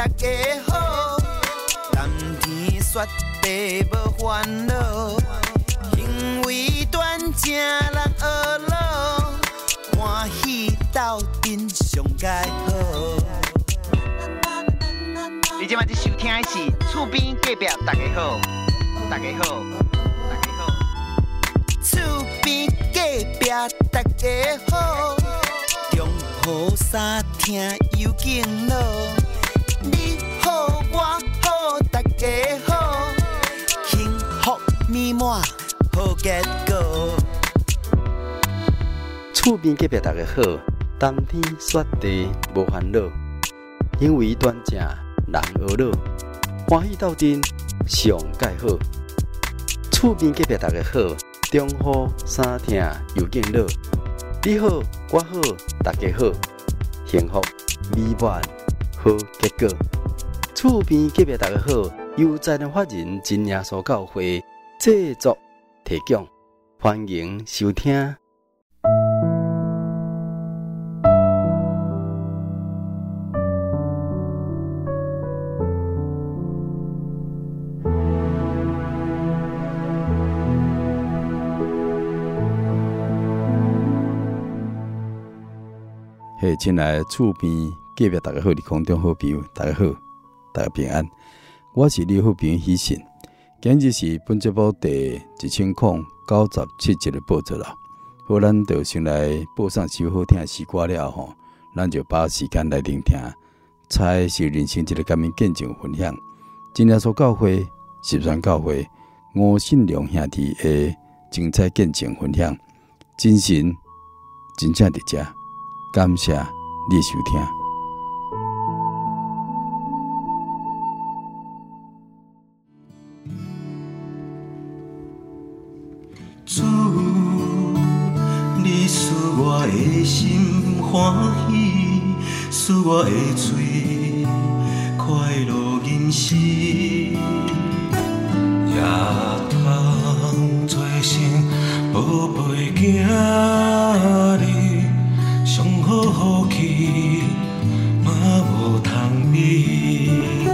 大家好，蓝天雪地无烦恼，行为端正人学老，欢喜斗阵上佳好。你今摆在收听的是厝边隔壁大家好，大家好，大家好，厝边隔壁大家好，中好三听有劲咯，你好我好大家好，幸福美满好结果。 厝边隔壁大家好，冬天雪地无烦恼，因为端正人学老，欢喜斗阵上介好。厝边隔壁大家好，中好三听又劲乐，你好我好大家好，幸福美满好结果。厝边隔壁大家好，由在人法人真耶稣教会制作提供，欢迎收听。嘿，亲爱的厝边隔壁大家好，你空中好朋友，大家好，大家平安。我是你好朋友喜信，今日是本节目第1097集的播出啦。好，咱就先来播上首好听的诗歌了吼，咱就把时间来聆听才是人生一个感恩见证分享。真耶稣教会、十全教会、吴信良兄弟的精彩见证分享，真神真正伫遮。感谢你收听。 主，你使我的心欢喜，使我的嘴快乐人生，也通做成宝贝囝儿。上好福气，嘛无通比。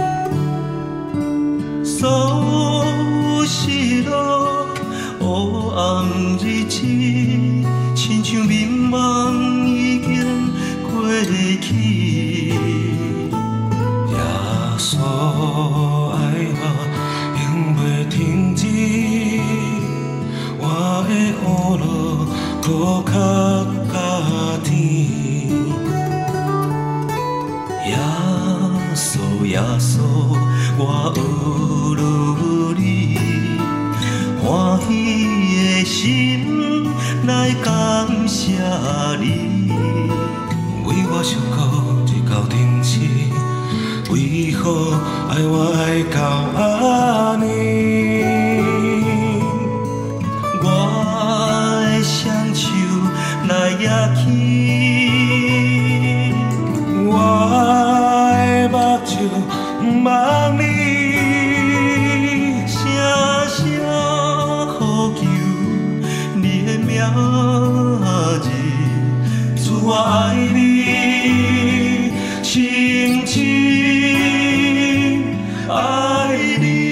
所有失落、黑暗日子，亲像眠梦已经过去。耶稣爱我，永袂停止。我的黑路搁较耶稣，我有了你，欢喜的心来感谢你。为我受苦一到停止，为何爱我爱到这呢？我的双手来举起，我望你，声声呼求你的名字，主我爱你，深深爱你。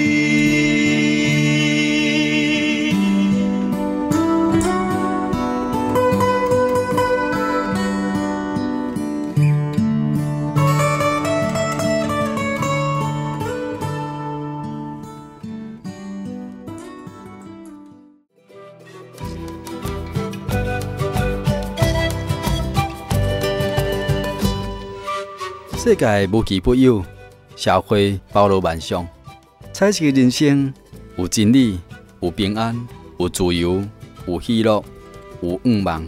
世界无奇不有，社会包罗万象，彩色人生有真理，有平安，有自由，有喜乐，有愿望。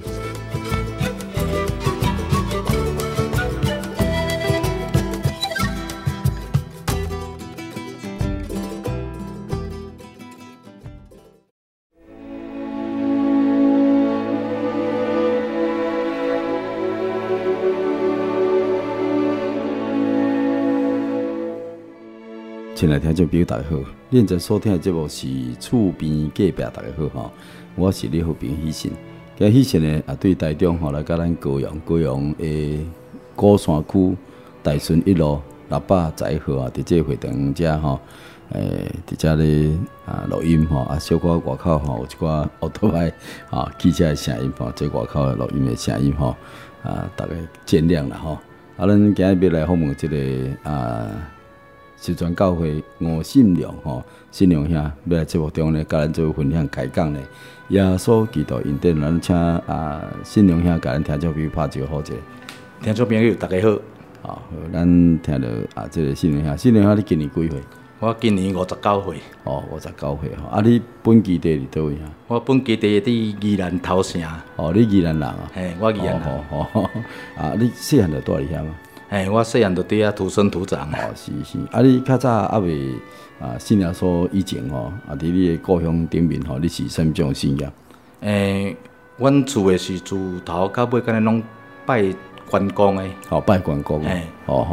亲爱的听众朋友，大家好！现在收听的节目是厝边隔壁，大家好哈！我是你好朋友喜信。今喜信呢对台中来甲咱高雄的高山区大顺一路 610号啊，伫这个会场遮吼，伫遮咧录音吼，小可外口吼有一寡奥拓派汽车的声音吼，这外口的录音的声音吼，大家见谅啦吼。咱今日要来访问这个石泉教会吴信良吼，信良兄要来节目中咧，甲咱做分享开讲咧。耶稣基督恩典，咱请信良兄甲咱听众朋友拍一个好者。 听众朋友大家好， 好，咱听到这个信良兄，信良兄你今年几岁？ 我今年59岁。 哦，59岁吼。你本基地伫倒位啊？ 我本基地伫宜兰头城。 哦，你宜兰人啊？ 嘿，我宜兰人。 你细汉就住伫遐吗？ 嘿，我细汉就伫遐土生土长。 哦，是。你较早未信仰所以前吼，伫你的故乡顶面吼，你是什么种信仰？ 阮厝的是自头到尾，敢若拢拜关公的。 哦，拜关公。 嘿。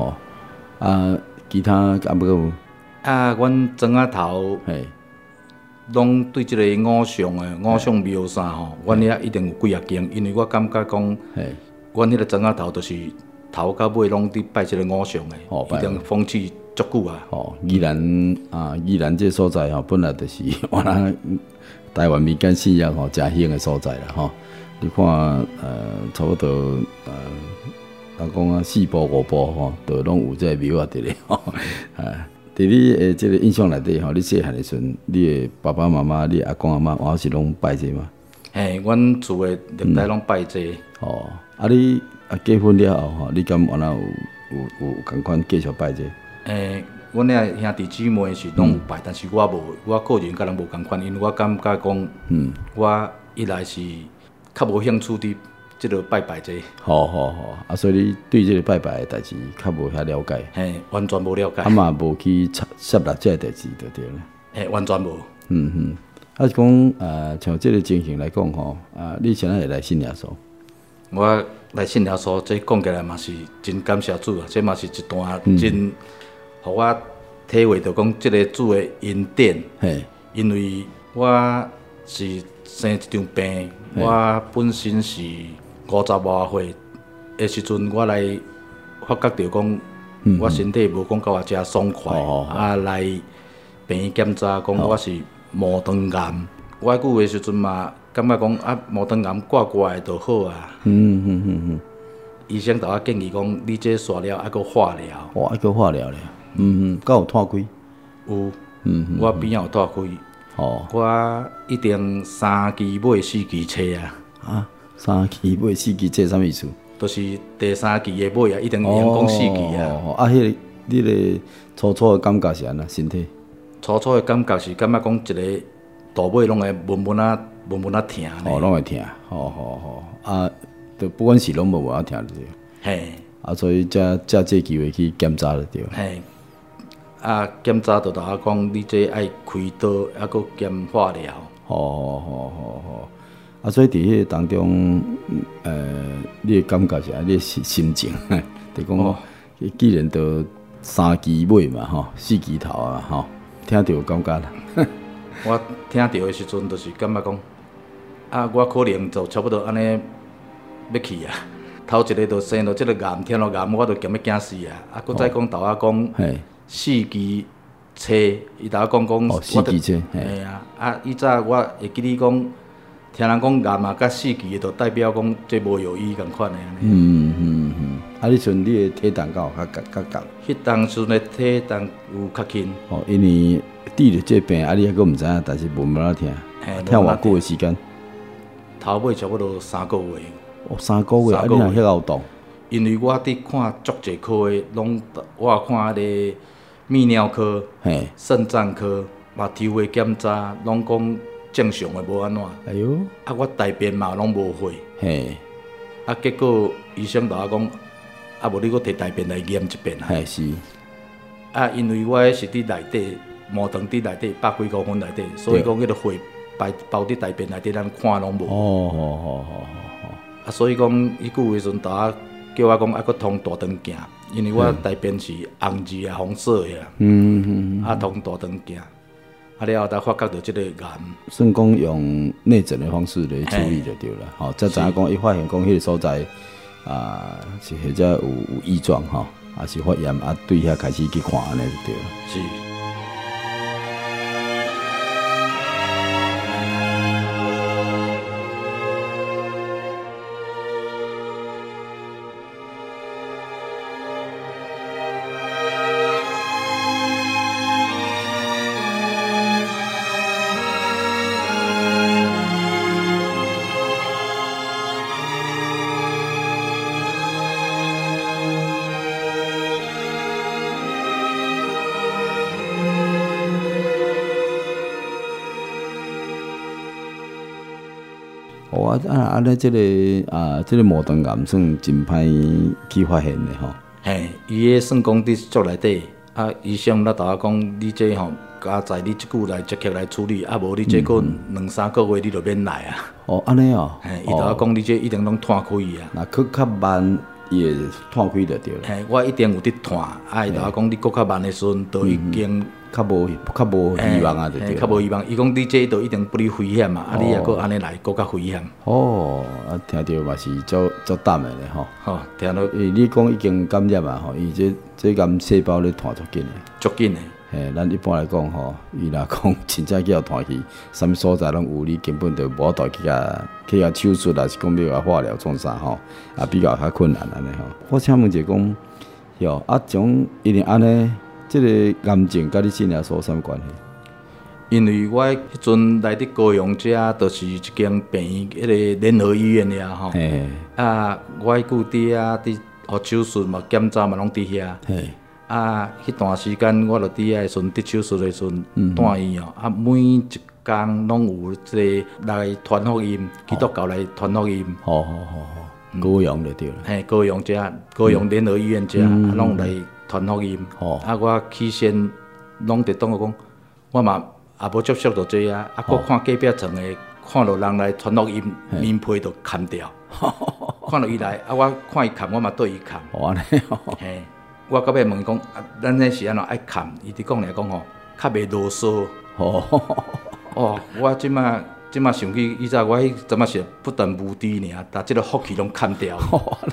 其他敢不有？ 阮庄仔头，拢对即个五常庙啥吼，阮遐一定有几啊间，因为我感觉讲，阮迄个庄仔头就是头到尾拢伫拜即个五常的，一定风气足久啊。 宜兰这所在吼，本来就是我咱台湾民间信仰吼诚兴的所在啦吼。你看差不多人讲4步5步吼，都拢有这个庙仔伫咧吼。伫你的这个印象内底吼，你细汉的时阵，你的爸爸妈妈、你阿公阿妈，还是拢拜这吗？ 阮厝的历代拢拜这。 你结婚了后吼，你敢有共款继续拜这？ 阮遐兄弟姊妹是拢有拜，但是我无，我个人甲人无共款，因为我感觉讲，我一来是较无兴趣伫即个拜这。 好，所以你对即个拜的代志较无遐了解。 完全无了解。 嘛无去涉入即个代志就对了。 完全无。 是讲像即个情形来讲吼，你现在会来信仰所？ 我来信仰所，这讲起来嘛是真感谢主啊！这嘛是一段真，互我体会到讲即个主的恩典。因为我是生一场病，我本身是50多岁的时阵，我来发觉到讲，我身体无讲到我遮爽快，来病院检查讲我是毛肠癌。我久的时阵嘛，感觉讲毛肠癌挂的就好啊。医生就我建议讲，你这刷了还阁化疗。 还阁化疗咧。敢有脱开？ 有。我边仔有脱开。我一定3期买4期册啊。 3期买4期册，啥意思？ 就是第3期的买啊，一定用讲4期啊。 迄个初的感觉是安那身体？ 初的感觉是感觉讲一个大尾拢会闷闷啊疼。 拢会疼。就不管是拢无疼就对。所以借这机会去检查就对。检查就我讲，你这爱开刀，还阁兼化疗。所以伫迄个当中，你的感觉是安，你的心情，就讲，既然都3期尾嘛吼，4期头啊吼，听着有感觉啦。 我听着的时阵，就是感觉讲，我可能就差不多安尼要去啊。头一个就生到即个癌，听到癌我就惊要惊死啊！搁再讲头仔讲4期册，伊头仔讲 4期册， 以早我会记你讲。听人讲癌嘛，甲4期的，就代表讲这无有医共款的安尼。你阵你的体重够较高？ 迄当时的体重有较轻。 因为治着这病，你还阁毋知影，但是无哪听。听偌久的时间？ 头尾差不多3个月。 3个月，你若遐有动？ 因为我伫看足侪科的，拢我看迄个泌尿科、肾脏科、目睭的检查，拢讲。正常的无安怎？我大便嘛拢无血。结果医生就我讲，无你搁摕大便来验一遍啊。 是。 因为我是伫内底，毛肠伫内底100几公分内底，所以讲迄个血包伫大便内底，咱看拢无。所以讲，伊久的时阵，就叫我讲，搁通大肠镜，因为我大便是红字啊、红色的啊。通大肠镜。了后，才发觉到即个癌， 算讲用内诊的方式来处理就对了。才知影讲，伊发现讲迄个所在是或者有异状还是发炎啊，对遐开始去看安尼就对了。 是。 安尼即个毛肠癌算真歹去发现的吼。 嘿，伊个算讲伫足内底，医生咧甲我讲，你这吼，加在你即久来积极来处理，无你这个2-3个月你就免来啊。 哦，安尼哦。 嘿，伊甲我讲，你这一定拢摊开啊。 那去较慢，伊会摊开就对了。 嘿，我一定有伫摊，伊甲我讲，你搁较慢的时阵，都已经。 较无希望啊，对对。 较无希望，伊讲你这都一定不离危险嘛，你也搁安尼来，搁较危险。 哦，听到嘛是足淡的咧吼。 吼，听到。 你讲已经感染啊吼，伊这癌细胞咧弹足紧的。 足紧的。 嘿，咱一般来讲吼，伊若讲真正叫弹去，啥物所在拢有，你根本就无法度去手术，还是讲要化疗创啥吼，比较较困难安尼吼。我请问者讲，哟种一定安尼。这个癌症甲你治疗所有啥关系？ 因为我迄阵来伫高雄遮，就是一间病院，迄个联合医院遐吼。我迄久伫遐伫学手术嘛，检查嘛，拢伫遐。迄段时间我著伫遐时阵，伫手术的时阵，住院哦。每一工拢有即个来传福音，基督教来传福音。 好，高雄就对了。 嘿，高雄遮，高雄联合医院遮，拢来。传福音，我起先拢伫当我讲，我嘛也无接触到这啊，搁看隔壁床的，看到人来传福音，面皮就砍掉，看到伊来，我看伊砍，我嘛对伊砍。 安尼嘿，我到尾问伊讲，咱这是安怎爱砍？伊伫讲来讲吼，较袂啰嗦。我即马想起以前我迄阵仔是不但无敌尔，但即个福气拢砍掉。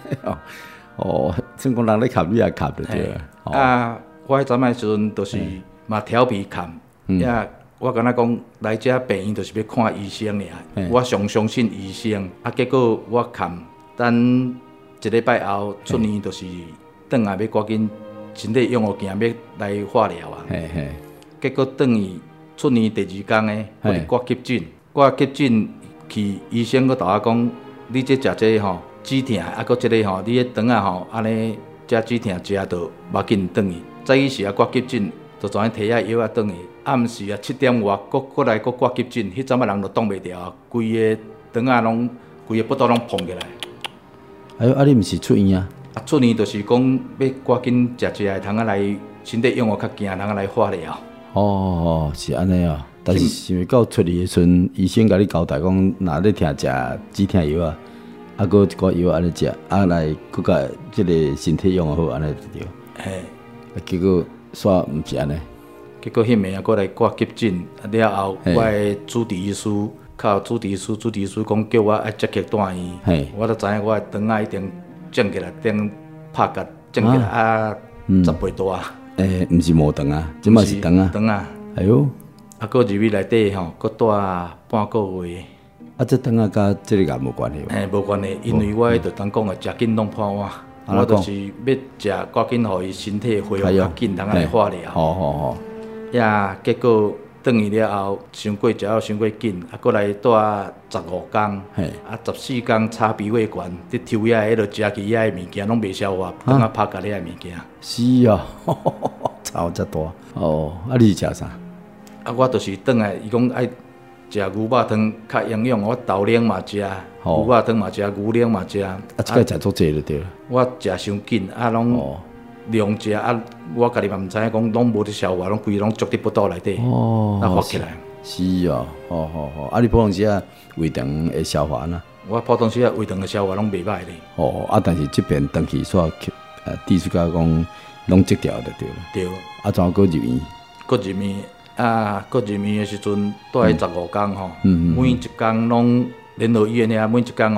算讲人咧砍，你也砍就对了。我迄阵仔时阵，就是嘛调皮砍，我敢若讲来遮病院，就是要看医生尔。我上相信医生，结果我砍，等一礼拜后出院，就是转来要赶紧身体用互行，要来化疗啊。结果转去出院第2天诶，我挂急诊，去医生佫甲我讲，你这食这吼。止痛，搁即个吼，你迄肠啊吼，安尼食止痛食就无要紧转去。早起时挂急诊，就全摕遐药转去。暗时7点外，搁来挂急诊，迄阵仔人就挡袂牢，规个肠啊拢，规个腹肚拢膨起来。 你毋是出院啊？ 出院就是讲要赶紧食会通来身体用较行，通来化疗。 是安尼哦。但是想到出院的时阵，医生甲你交代讲，若你听食止痛药啊。搁一寡药安尼食，来搁甲即个身体用好安尼就对。结果煞毋是安尼。 结果迄暝搁来挂急诊，了后我的主治医师，靠主治医师讲叫我爱积极住院。我都知影我的肠啊一定肿起来，顶拍甲肿起来10倍大。 毋是毛肠啊，即嘛是肠啊。 肠啊。 哎哟， 搁入去内底吼，搁住半个月。 这肠啊，甲即个癌无关系无关系，因为我就当讲食紧拢破碗，我就是要食赶紧，互伊身体恢复较紧，通来化疗。结果转去了后，伤过食伤过紧，搁来住15天，14天插鼻胃管，伫抽遐迄落食起遐的物件拢袂消化，等拍甲遐的物件。 是啊，差遮大。你是食啥？ 我就是转来，伊讲爱。食牛肉汤较营养，我豆奶嘛食，牛肉汤嘛食，牛奶嘛食。 即个食足济就对了。 我食伤紧，拢量食我家己嘛毋知影讲，拢无伫消化，拢规个拢足伫腹肚内底，发起来。 是啊，你普通时啊胃肠会消化呢？ 我普通时啊胃肠的消化拢袂歹咧。 但是即边长期煞地主家讲拢积掉就对了。 对。 怎搁入院？ 搁入院。搁入院的时阵，住15天吼，每一天拢联合医院遐，每一天吼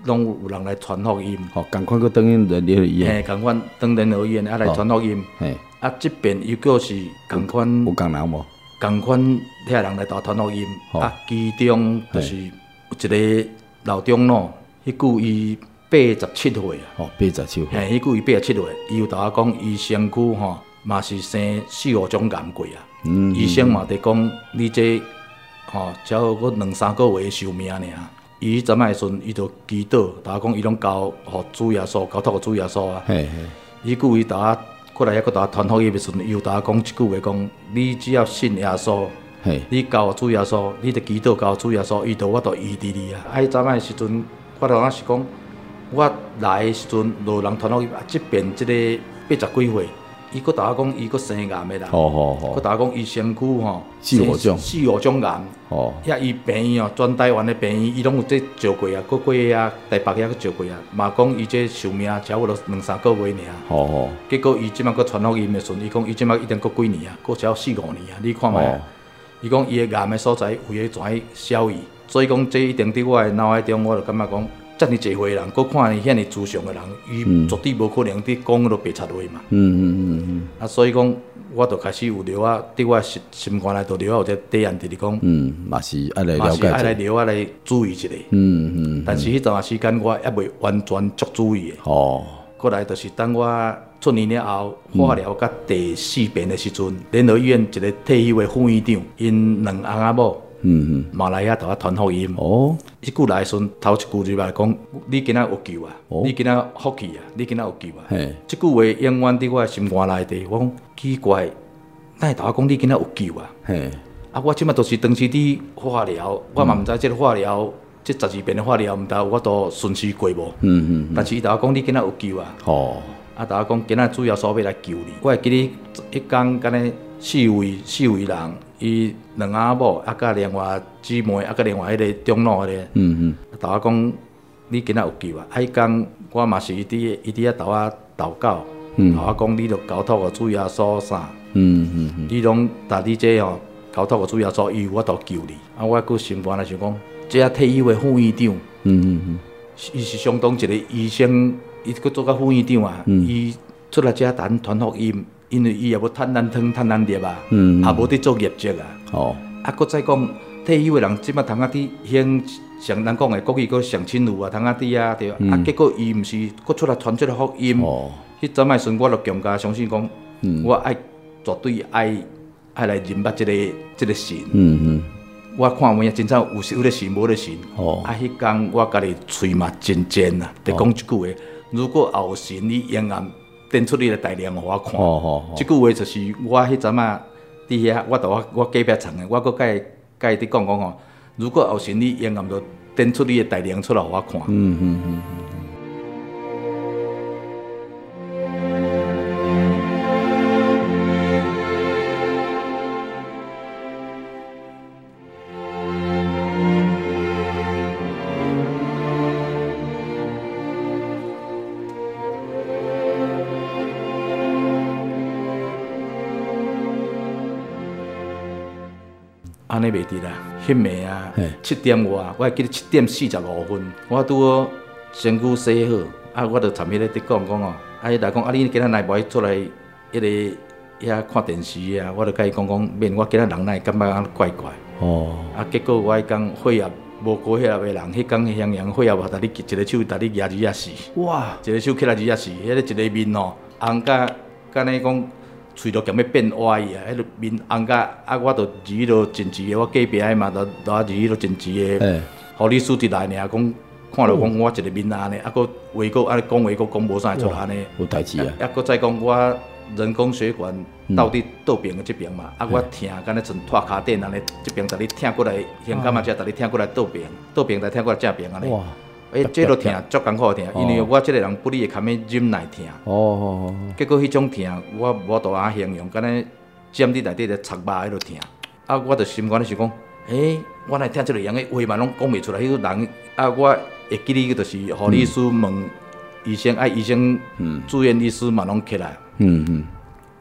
拢有人来传福音。 吼，共款个等于人联合医院， 嘿，共款当联合医院来传福音。 嘿， 这边又个是共款有共人无？ 共款遐人来传福音。其中就是有一个老长老，迄句伊87岁啊。 哦，87岁。 嘿，迄句伊87岁，伊有甲我讲，伊身躯吼嘛是生4、5种癌过啊。医生嘛伫讲，你这只有个2、3个月寿命尔。伊阵仔时阵，伊就祈祷，大家讲伊拢交互主耶稣，交托互主耶稣啊。 嘿嘿。 伊句伊大家过来遐个大家传福音的时阵，伊有大家讲一句话讲，你只要信耶稣，你交互主耶稣，你着祈祷交互主耶稣，伊就我着医治你啊。迄阵仔时阵，我就是讲，我来的时阵，就有人传福音，即边即个80几岁。伊佫大家讲，伊佫生癌的啦。佫大家讲，伊身躯4、5种癌。遐伊病院全台湾的病院，伊拢有这照过啊，佫过啊，台北遐佫照过啊。嘛讲伊这寿命差不多2、3个月尔。结果伊即摆佫传福音的时阵，伊讲伊即摆一定佫几年啊，佫只要4、5年啊。你看觅，伊讲伊的癌的所在有迄全消愈，所以讲这一定伫我的脑海中，我就感觉讲。遮尔济岁人，佫看伊遐尼慈祥的人，伊绝对无可能伫讲迄落白贼话嘛。所以讲，我就开始有了啊，伫我心肝内头了有这底案，就是讲， 嘛是爱来了解， 爱来了来注意一下。但是迄段时间我还未完全足注意的。过来就是等我出院了后，化疗甲第4遍的时阵，联合医院一个退休的副院长，因2翁仔某。嘛来遐甲我传福音。迄句来的时阵，头一句就来讲，你今仔有救啊，你今仔福气啊，你今仔有救啊。即句话永远伫我的心肝内底。我讲奇怪，哪会甲我讲你今仔有救啊？我即摆都是当时伫化疗，我嘛毋知即个化疗，即12遍的化疗，毋知我都顺遂过无。但是伊甲我讲你今仔有救啊。甲我讲今仔主要所要来救你。我会记得迄天敢若4位人。伊2翁某，甲另外姊妹，甲另外迄个长老迄个，甲我讲你今仔有救啊！迄天我嘛是伊伫遐甲我祷告，甲我讲你着交托互主耶稣啥，你拢搭你这交托互主耶稣，伊有法度救你。我佫心肝来想讲，这退休的副院长，伊是相当一个医生，伊佫做甲副院长啊，伊出来遮传福音。因为伊也要趁咱汤、趁咱粒啊，也无伫做业绩啊。佫再讲退休的人，即摆通伫兴像咱讲的国语佫上亲友啊，通伫啊对。结果伊毋是佫出来传这个福音。迄阵仔时阵，我就更加相信讲，我爱绝对爱来认捌这个神。我看有影真正有咧神，无咧神。迄天我家己喙嘛真尖啊，就讲一句话：如果后神你永远。展出你的大量互我看，即句话就是我迄阵仔伫遐，我隔壁床的，我佫甲伊伫讲吼，如果后神你永远着展出你的大量出来互我看。安尼袂伫啦，迄暝啊，7点外，我还记得7点45分，我拄好身躯洗好，我就参迄个伫讲哦，伊来讲，你今仔来无出来迄个遐看电视啊，我就甲伊讲，免我今仔人哪会感觉安怪怪。结果我迄天血压无高血压的人，迄天襄阳血压话，你一个手你举2死，哇！一个手起来2死，迄个一个面哦，红甲安尼讲。喙都咸要变歪啊！迄个面红甲我就离落真治的，我隔壁迄嘛都离落真治的。护理师伫来尔，讲看到讲我一个面安尼，佫话佫安尼讲话佫讲无啥出来安尼。 有代志啊！ 佫再讲我人工血管到底倒边的这边嘛，我疼，敢若像拖卡垫安尼，这边逐日疼过来，现感觉逐日疼过来倒边再疼过来正边安尼。这都疼，足艰苦疼，因为我这个人不哩会堪要忍耐疼。结果迄种疼，我无度安形容，敢若尖伫内底咧插肉迄落疼。我就心肝咧想讲，我来听这个样的话嘛，拢讲袂出来。迄个人我会记哩，就是护理师问医生，医生住院医师嘛拢起来。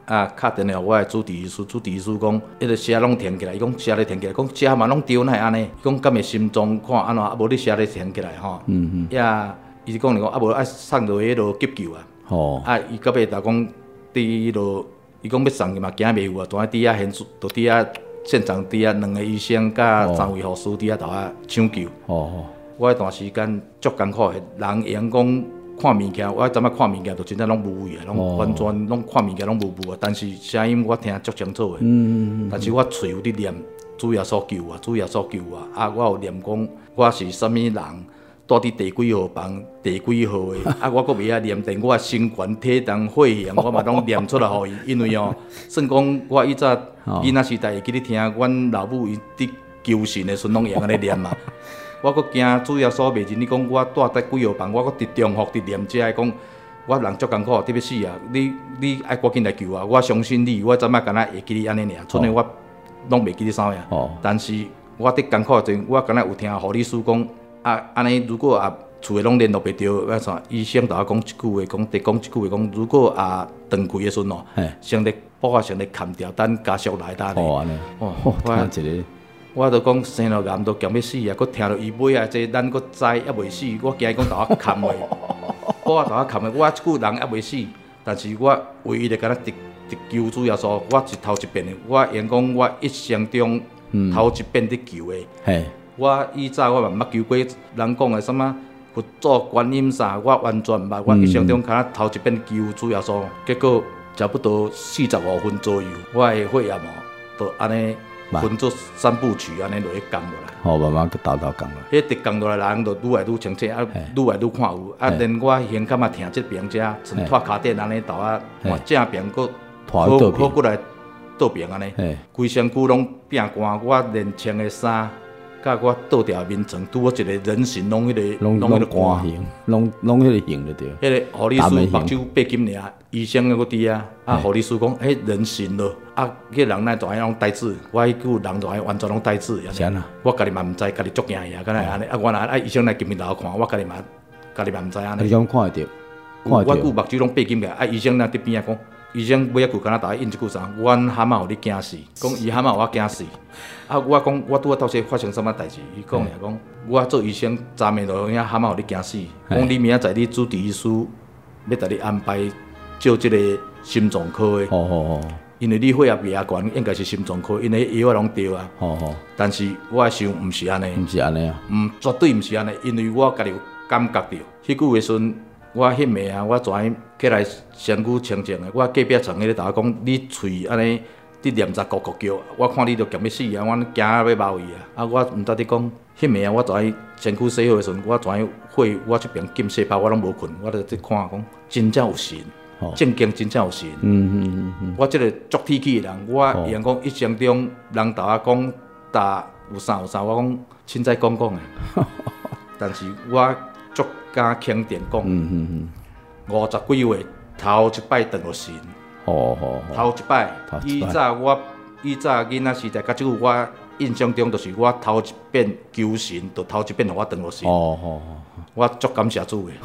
敲电话我的主治医师，主治医师讲，迄个写拢停起来，伊讲写咧停起来，讲写嘛拢对，哪会安尼？伊讲敢会心脏看安怎？无你写咧停起来吼。伊是讲讲无爱送落迄落急救啊。伊到尾就讲伫迄落，伊讲要送去嘛，行袂有啊，跩伫遐现就伫遐现场伫遐2个医生甲3位护士伫遐头啊抢救。我迄段时间足艰苦的，人用讲。看物件，我阵仔看物件，就真正拢无位啊，拢完全拢看物件拢无啊。但是声音我听足清楚的，但是我喙有伫念主耶稣救我，主耶稣救我。我有念讲我是啥物人，住伫第几号房，第几号的。我阁袂晓念，但我心肝体重血氧，我嘛拢念出来互伊。因为算讲我以早囡仔时代会记咧听，阮老母伊伫求神的时阵拢会安尼念嘛。我阁惊主要所袂认，你讲我住伫几号房，我阁伫中福伫念遮讲，我人足艰苦，得要死啊！你爱赶紧来救我，我相信你，我怎仔敢若会记你安尼尔，剩的我拢袂记你啥样。但是我伫艰苦的阵，我敢若有听护理师讲，安尼如果厝诶拢联络袂着，啥医生同我讲一句话，讲得讲一句话，讲如果断气诶时阵先得把我先得砍掉，等家属来打咧。 听一个。 我就讲生了癌都强要死啊！佮听到伊尾啊，这咱佮知还袂死，我惊伊讲头仔砍的，我头仔砍的，我即句人还袂死，但是我唯一的敢若直救主要说，我是头一遍的，我因讲我一生中头一遍伫救的。我以早我嘛毋捌救过人讲的什么佛祖观音啥，我完全毋捌。我一生中敢若头一遍救主要说，结果差不多45分左右，我的血压就安尼。分做3部曲，安尼落去降落来。 慢慢去倒降落。 迄直降落来人就愈来愈清晰，愈来愈看有。连我现感觉听这边遮，像拖卡垫安尼倒正边佫好过来倒边安尼，规身躯拢变干，我连穿的衫，甲我倒掉面床，拄好一个人形，拢迄个拢迄个干形，拢迄个形就对。 迄个护理师目睭8斤尔，医生佫伫啊，护理师讲，人形咯。迄人哪全拢呆滞，我迄句人全完全拢呆滞。 是安那？ 我家己嘛毋知，家己足惊呀，敢若安尼。我若医生来镜面头看，我家己嘛毋知安尼。 你讲看会着？ 我句目睭拢8斤个，医生若伫边仔讲，医生尾仔句敢若大家应一句啥？阮蛤蟆互你惊死，讲伊蛤蟆互我惊死。我讲我拄仔到时发生什么代志？伊讲讲，我做医生昨暝就遐蛤蟆互你惊死。讲你明仔载你主治医师要甲你安排照即个心脏科的。因为你血压比较悬，应该是心脏科，因为药啊拢对啊。但是我想毋是安尼。 毋是安尼啊？ 绝对毋是安尼，因为我家己有感觉到，迄句话时，我迄暝啊，我全起来身躯清静的，我隔壁床迄个头讲，你喙安尼伫念杂咕咕叫，我看你就强要死啊，我惊要毛伊啊。我毋知你讲，迄暝啊，我全身躯洗好的时阵，我全血我这边金细胞我拢无困，我就伫看讲，真正有神。正经真正有神，我这个足铁气的人，我用讲一生中人头仔讲打有啥，我讲凊彩讲的，但是我足敢肯定讲，50几岁头一摆撞到神，头一摆，以早囡仔时代，甲即句我印象中就是我头一遍求神，就头一遍互我撞到神，我足感谢主的。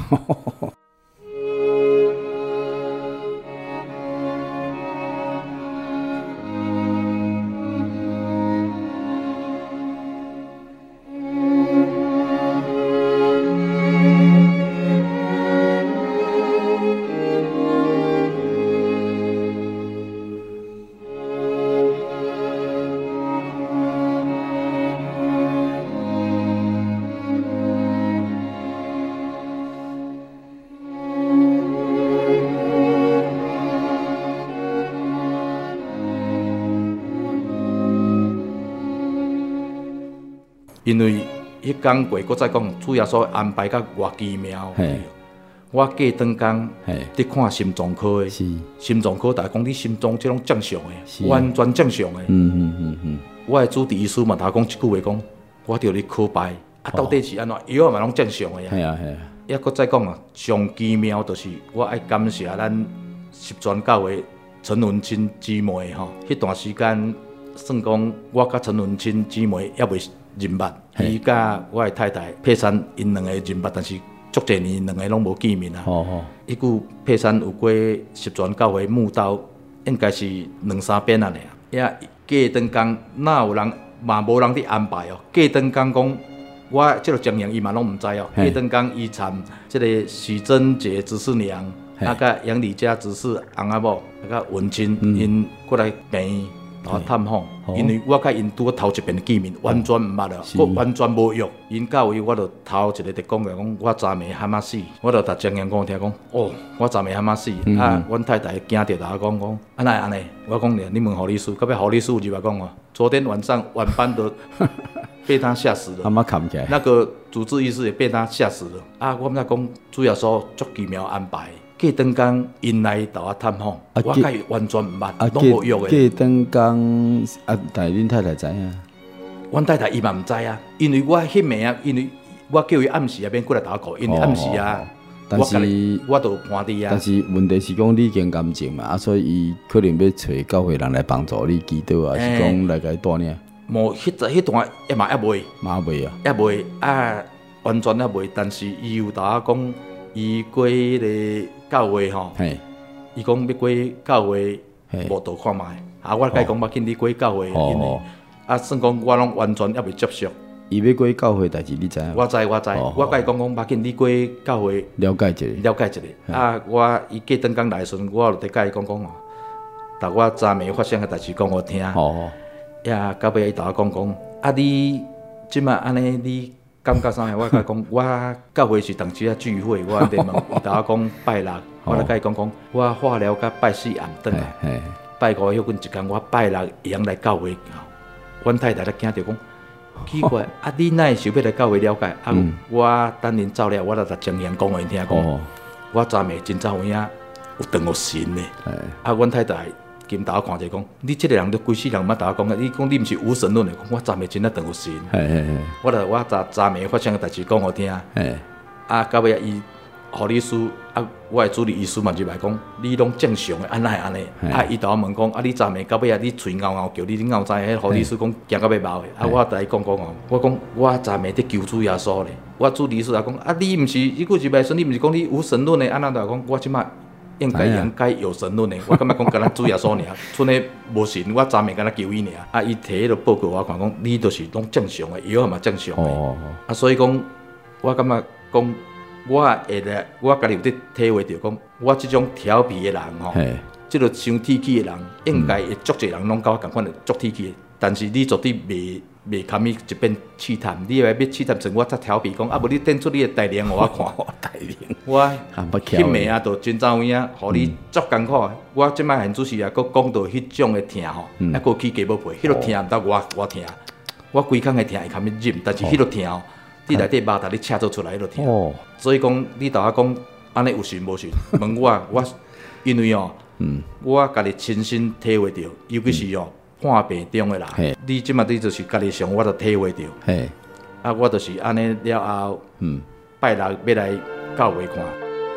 因为迄天过，搁再讲，主要所安排甲偌奇妙。我过当工伫看心脏科的，心脏科大家讲你心脏即种正常的，完全正常的。我的主治医师嘛，头讲一句话讲，我着咧可拜，到底是安怎？药嘛拢正常的呀。抑搁再讲啊，上奇妙就是我爱感谢咱十全教会陈文清姊妹吼，迄段时间算讲我甲陈文清姊妹也未认捌，伊甲我的太太佩珊因两个认捌，但是足侪年两个拢无见面啊。迄句佩珊有过十全教会慕道应该是2-3遍啊尔。也过顿工，哪有人嘛无人伫安排哦？过顿工讲，我即个情形伊嘛拢毋知哦。过顿工伊参即个许贞杰执事娘，甲杨丽佳执事翁仔某，甲文清因过来病院来探访。因为我甲因拄头一遍见面，完全毋捌了，我完全无约。因到位，我就头一个就讲讲，我昨暝喊啊死，我就逐情形讲听讲，哦，我昨暝喊啊死。啊，阮太太惊着甲我讲，安尼安尼，我讲你问护理师，到尾护理师有入来讲哦，昨天晚上晚班的被他吓死了。 他妈扛起来。 那个主治医师也被他吓死了。啊，我们在讲主要说足奇妙安排。过顿工因来到我探访，我甲伊完全毋捌，拢无约的。 过顿工但恁太太知影？ 阮太太伊嘛毋知啊，因为我迄暝啊，因为我叫伊暗时啊免过来打鼓，因为暗时啊， 但是我都盘伫啊。 但是问题是讲你经感情嘛，所以伊可能要找教会人来帮助你祈祷啊，是讲来甲伊带领。 无迄段也嘛还未，也未啊，完全也未。但是伊有甲我讲，伊过迄个教会吼，伊讲要过教会无道看觅。啊，我甲伊讲，要紧你过教会，因为啊，算讲我拢完全也未接受。 伊要过教会，代志你知影？ 我知，我甲伊讲要紧你过教会， 了解一下。啊，我伊过顿工来时阵，我就甲伊讲哦，逐我昨暝发生的代志讲我听。呀，到尾伊甲我讲，啊，你即马安尼，你感觉啥？我甲伊讲，我教会是同时聚会，我连问伊甲我讲拜六，我甲伊讲，我化疗甲拜4暗顿啊，拜5休困一天，我拜六会用来教会。阮太太咧惊着讲，奇怪，啊，你哪会想要来教会了解？啊，我等恁走了，我就情形讲互因听讲，我昨暝真早有影有断互神呢。啊，阮太太今头看者讲，你即个人都规世人毋捌甲我讲个，你讲你毋是无神论的，讲我昨暝真啊断互神。我昨暝发生个代志讲互听。啊，到尾伊护理师啊，我的助理医师嘛入来讲，你拢正常的，安尼安尼。啊，伊甲我问讲，啊，你昨暝到尾啊，你喙咬咬叫，你咬知？迄护理师讲惊到要毛的。啊，我甲伊讲哦，我讲我昨暝伫求主耶稣咧。我助理医师也讲，啊，你毋是，你过一摆说你毋是讲你无神论的，安那就讲我即摆应该有神论的。我感觉讲敢若主耶稣尔，剩的无神，我昨暝敢若求伊尔。啊，伊摕迄个报告我看讲，你就是拢正常的，药嘛正常的。啊，所以讲，我感觉讲。我家己有伫体会到讲，我即种调皮的人吼，即个伤铁气的人，应该会足侪人拢甲我共款的足铁气的。但是你绝对袂堪伊一边试探，你要试探成我才调皮讲，啊无你展出你的大量互我看。大量，我迄暝啊，就真走有影，互你足艰苦的。我即摆现主是啊，佫讲到迄种的疼吼，啊佫起鸡母皮，迄落疼毋得我疼，我规工的疼会堪伊忍，但是迄落疼哦。你内底肉，你切做出来迄落疼，所以讲你甲我讲安尼有神无神？问我因为哦，我家己亲身体会到，尤其是哦患病中的人，你即马你就是家己上，我就体会到，啊，我就是安尼了后，拜六要来教会看。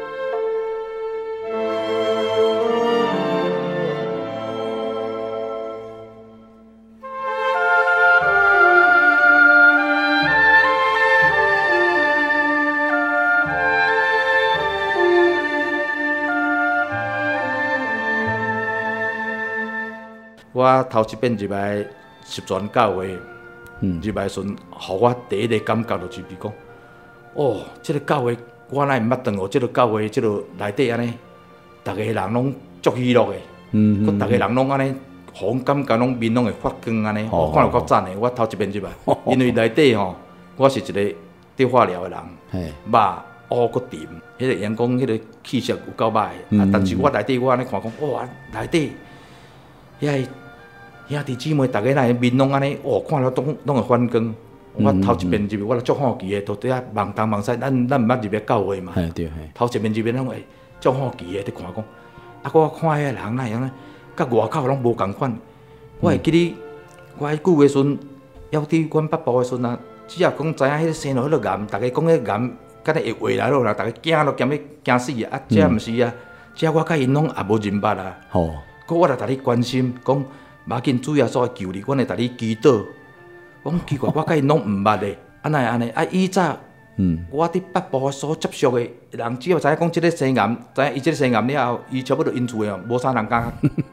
我头一遍入来十全教会，入来时阵，互我第一个感觉就是讲，哦，即个教会我哪会毋捌当哦，即个教会即个内底安尼，逐个人拢足喜乐的，佮逐个人拢安尼，互阮感觉拢面拢会发光安尼，看着够赞的。我头一遍入来，因为内底吼，我是一个得化疗的人，肉乌佮甜，迄个阳光，迄个气色有够歹，但是我内底我安尼看讲，哇，内底遐兄弟姊妹，逐个来面拢安尼，哦，看了拢会反光。我头一遍入去，我就足好奇的，都伫遐望东望西，咱毋捌入去教会嘛。头一遍入去，拢会足好奇的，伫看讲。啊，我看遐人那样咧，甲外口拢无共款。我会记哩，我迄久的时阵，要伫阮北部的时阵啊，只要讲知影迄个生落迄个癌，逐个讲迄个癌，敢若会活来落啦，逐个惊都惊要惊死啊！啊，这毋是啊，这我甲因拢也无认捌啊。佮我来逐日关心，讲马紧主耶稣会救你，阮会逐日祈祷。讲奇怪，我甲因拢毋捌的，安尼啊！以早，我伫北部所接触的人，只要知影讲即个生癌，知影伊即个生癌了后，伊差不多因厝的无啥人敢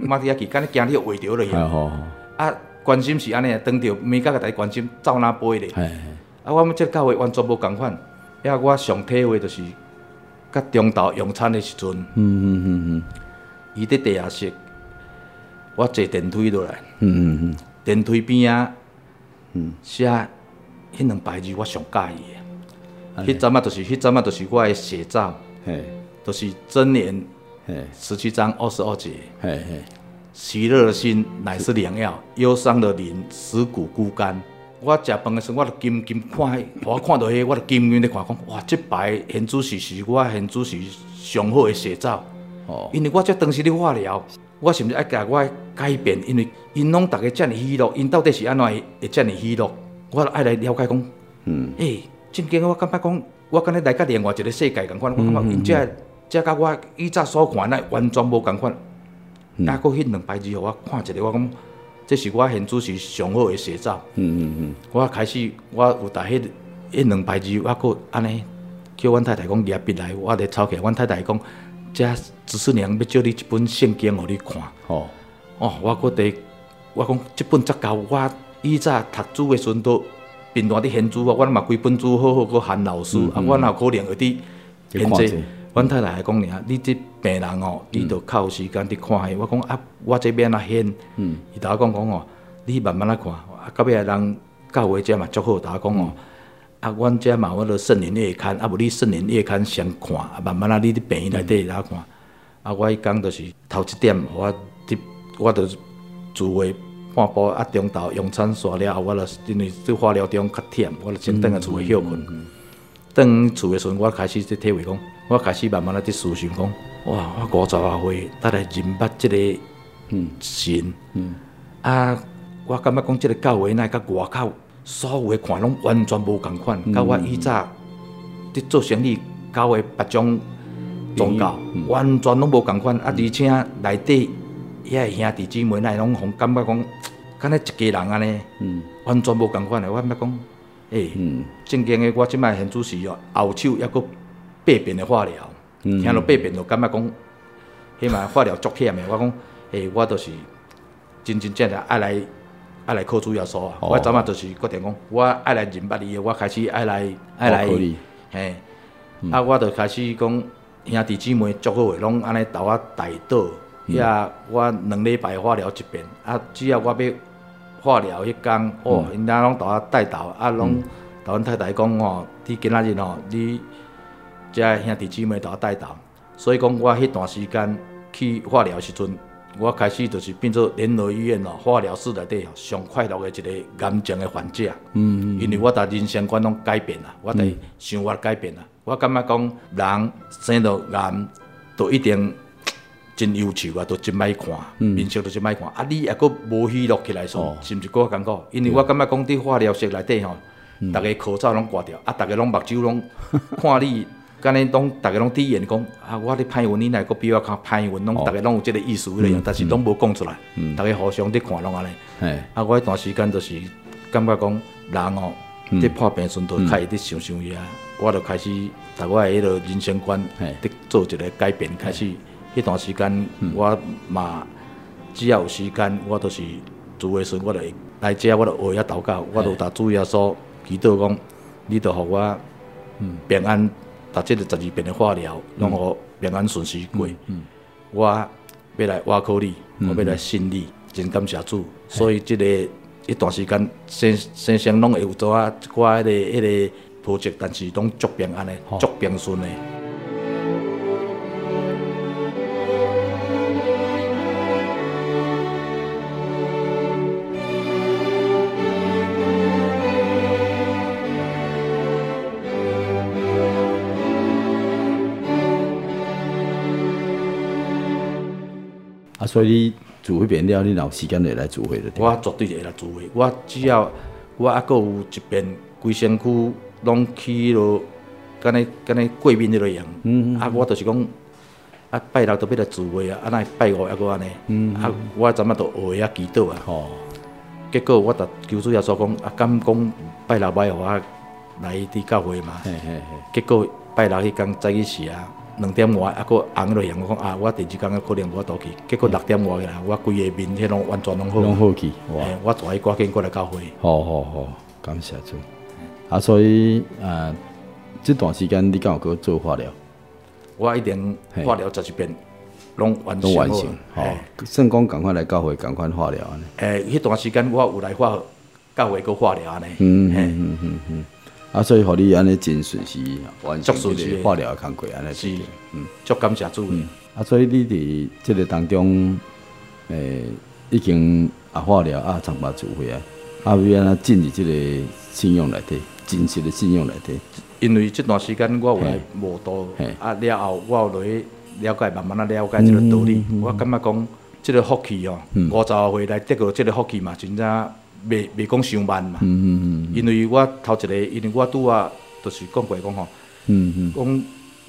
马蹄仔去，敢你惊你会着落去。 好， 啊，关心是安尼，当着面甲个大家关心，走哪飞咧。啊，我们这教会完全无共款。遐我上体会就是，甲中昼用餐的时阵，伊伫地下室，我坐电梯落来，电梯边啊，写迄2排字我上介意的。迄阵仔就是我的写照，就是箴言17章22节。喜乐的心乃是良药，忧伤的灵使骨枯干。我食饭的时候，我就金看，我看到迄，我就金咧看，讲哇，这排现主是我现主是上好的写照。因为我这当时咧化疗，我是毋是爱甲我改变？因为因拢大家遮尔喜乐，因到底是安怎会遮尔喜乐？我爱来了解讲，正经我感觉讲，我敢若来到另外一个世界共款。我感觉因这甲我以早所看那完全无共款。啊，搁迄2排字，互我看一下，我讲。这是我现主是上好的写照。我开始，我有打迄2排字，我搁安尼叫阮太太讲拿笔来，我咧抄起来。阮太太讲，这执事娘要借你一本圣经，互你看。我搁我讲这本则够。我以早读书的时阵都频繁伫献主我嘛规本书好好搁喊老师。我哪有可能会伫献这？阮太太讲尔，你这病人你着靠时间伫看迄。我讲啊，我这边啊献，伊甲我讲你慢慢啊看。到尾人教会遮嘛足好，甲我讲啊，阮遮嘛有迄个圣灵月刊，啊无你圣灵月刊先看，啊慢慢啊你伫病院内底来看。啊，我迄讲就是头1点，我着自会半晡啊中昼用餐煞了后，我着因为伫化疗中较忝，我着先倒去厝诶休困。倒厝诶时阵，我开始体会讲。我开始慢慢伫思想讲，哇！我50多岁，才来认捌即个神。啊，我感觉讲即个教会乃甲外口所有诶看拢完全无共款。甲我以早伫做生意交诶别种宗教，完全拢无共款。啊，而且内底遐兄弟姊妹乃拢互感觉讲，敢若一家人安尼，完全无共款诶。我感觉讲，正经诶，我即摆现主是后手抑阁。8遍的化疗，听到8遍就感觉讲，迄嘛化疗足忝的。我讲，我就是真正爱来靠主耶稣啊！我昨仔就是决定讲，我爱来认捌伊，我开始爱来，我就开始讲兄弟姊妹足好诶，拢安尼斗我带倒，我2礼拜化疗1遍，啊，只要我要化疗迄天，因仔拢斗我带倒，啊，拢斗阮太太讲你今仔日你。遮兄弟姊妹都带动，所以讲我迄段时间去化疗时阵，我开始就是变做联合医院化疗室内底上快乐的一个癌症的患者。因为我的人生观拢改变啦，我的想法改变啦。我感觉讲人生到癌，都一定真忧愁啊，都真歹看，面色都真歹看。啊，你抑阁无喜乐起来说，是毋是够艰苦？因为我感觉讲伫化疗室内底大家口罩拢挂掉，啊，大家拢目睭拢看你。敢若拢，大家拢伫演讲啊！我咧歹运，你乃阁比我较歹运，拢大家拢有即个意思迄样，但是拢无讲出来。大家互相伫看拢安尼。啊，我迄段时间就是感觉讲人伫破病时阵，就开始伫想遐，我就开始把我迄个人生观伫做一个改变。开始迄段时间，我嘛只要有时间，我都是自的时，我就来遮，我就学遐祷告，我就打主耶稣祈祷讲，你就互我平安。打这个12遍的化疗，让我平安顺遂过。我要来挖靠你，我要来信你，真感谢主。所以一段时间，先拢会有做一寡迄个project，但是拢足平安的，足平顺的。 所以你聚会遍了，你若有时间就来聚会了。 我绝对会来聚会。我只要我还阁有一遍，规身躯拢起落，敢若过敏迄个样。我就是讲，拜六就要来聚会啊，那拜5还阁安尼。我昨仔就学遐祈祷啊。结果我就求主耶稣讲，敢讲拜六摆互我来伫教会嘛。结果拜六迄天早起时啊， 2点外，啊，佫红落阳，我讲啊，我第2工可能无法度去，结果6点外啦，我规个面迄拢完全拢好， 拢好去，哇！ 我带伊赶紧过来教会。 好，感谢主。啊，所以这段时间你敢有去做化疗？ 我一定化疗11遍，拢完成好。 算讲赶快来教会，赶快化疗安尼。 迄段时间我有来教会个化疗安尼。 啊，所以互你安尼真顺时完成这个化疗的工作安尼。 是，足感谢主的。 啊，所以你伫这个当中，已经化疗参加聚会啊，要安怎进入这个信仰内底，真实的信仰内底。 因为这段时间我有来慕道，了后我有落去了解，慢慢了解这个道理。我感觉讲，这个福气哦，50岁来得到这个福气嘛，真正袂讲伤慢嘛。因为我头一个，因为我拄啊，就是讲过讲吼，讲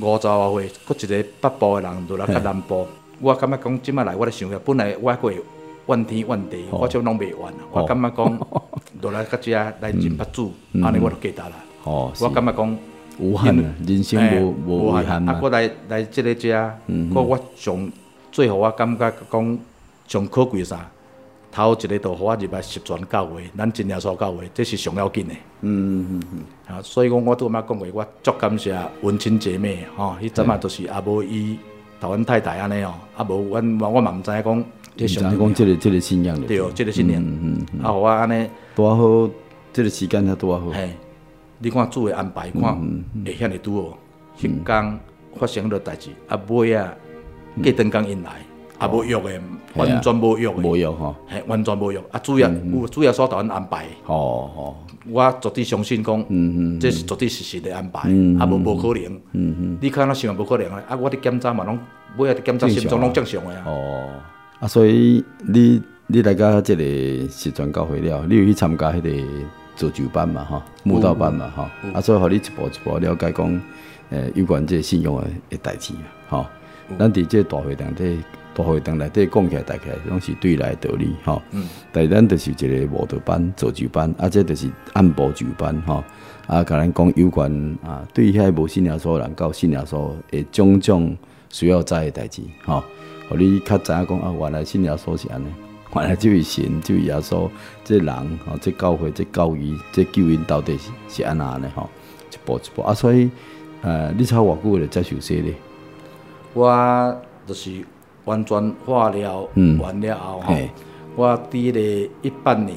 50岁，佫一个北部的人落来较南部，我感觉讲即摆来我咧想，本来我过怨天怨地，我种拢袂怨啊。我感觉讲落来较遮来认捌主，安尼我就记得啦。我感觉讲无憾啊，人生无遗憾啊。我来即个遮，我上最后我感觉讲上可贵啥？头一个就互我入来十全教会，咱真耶稣教会，这是上要紧的。所以讲我拄仔讲过，我足感谢文亲姐妹吼，迄阵啊就是也无伊台湾太太安尼哦，啊无我嘛毋知影讲， 即上讲这个信仰对，这个信仰，啊互我安尼拄好，这个时间才拄好。 嘿，你看主的安排，看会遐尼拄好。迄天发生了代志，啊尾啊，过顿工因来。也无约的，完全无约的， 无约吼， 嘿，完全无约。啊，主要所导安排。我绝对相信讲，这是绝对是神的安排，啊无可能。你看咱想无可能啊，我伫检查嘛，拢尾仔伫检查心中拢正常的啊。 啊，所以你来到这个实传教会了，你有去参加迄个做酒班嘛，哈，慕道班嘛，哈。啊，所以互你一步一步了解讲，有关这信仰的代志啊，哈。咱伫这大会堂内底讲起来，大概拢是对来道理吼。但是咱就是一个慕道班、造就班，啊，这就是按部就班吼。啊，甲咱讲有关啊，对遐无信仰所人到信仰所的种种需要知的代志吼，互你较知影讲啊，原来信仰所是安尼，原来这位神、这位耶稣、这人吼、这教会、这教义、这救恩到底是安那呢吼？一步一步啊，所以你才偌久就接受洗礼？ 我就是完全化疗完了后吼，我伫个18年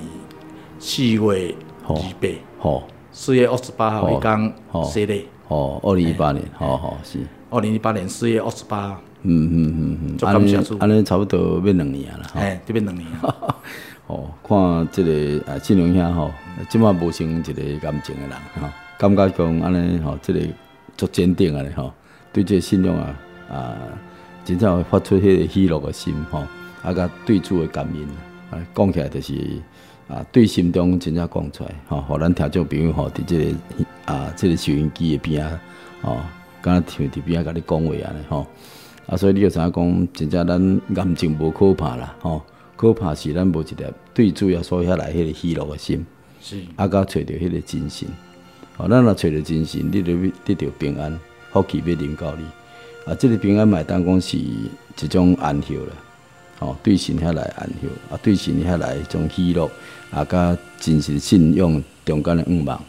4月28，4月28号迄天洗礼。 2018年，是。 2018年4月28。足感谢主。安尼差不多要2年啦。 这边2年。 看这个信良兄吼，即马无成一个癌症的人吼，感觉讲安尼吼，这个足坚定安尼吼，对这个信仰真正会发出迄个喜乐的心吼，甲对主的感恩，讲起来就是对心中真正讲出来吼，互咱听众朋友吼，伫这个这个收音机的边敢若像伫边甲你讲话安尼吼，所以你就知影讲，真正咱癌症无可怕啦吼，可怕是咱无一粒对主要所遐来迄个喜乐的心， 是甲找着迄个真神，咱若找着真神，你就得到平安，福气要临到你。这个平安嘛，当讲是一种安息啦，对神遐来安息，对神遐来一种喜乐，甲真实信仰中间的愿望。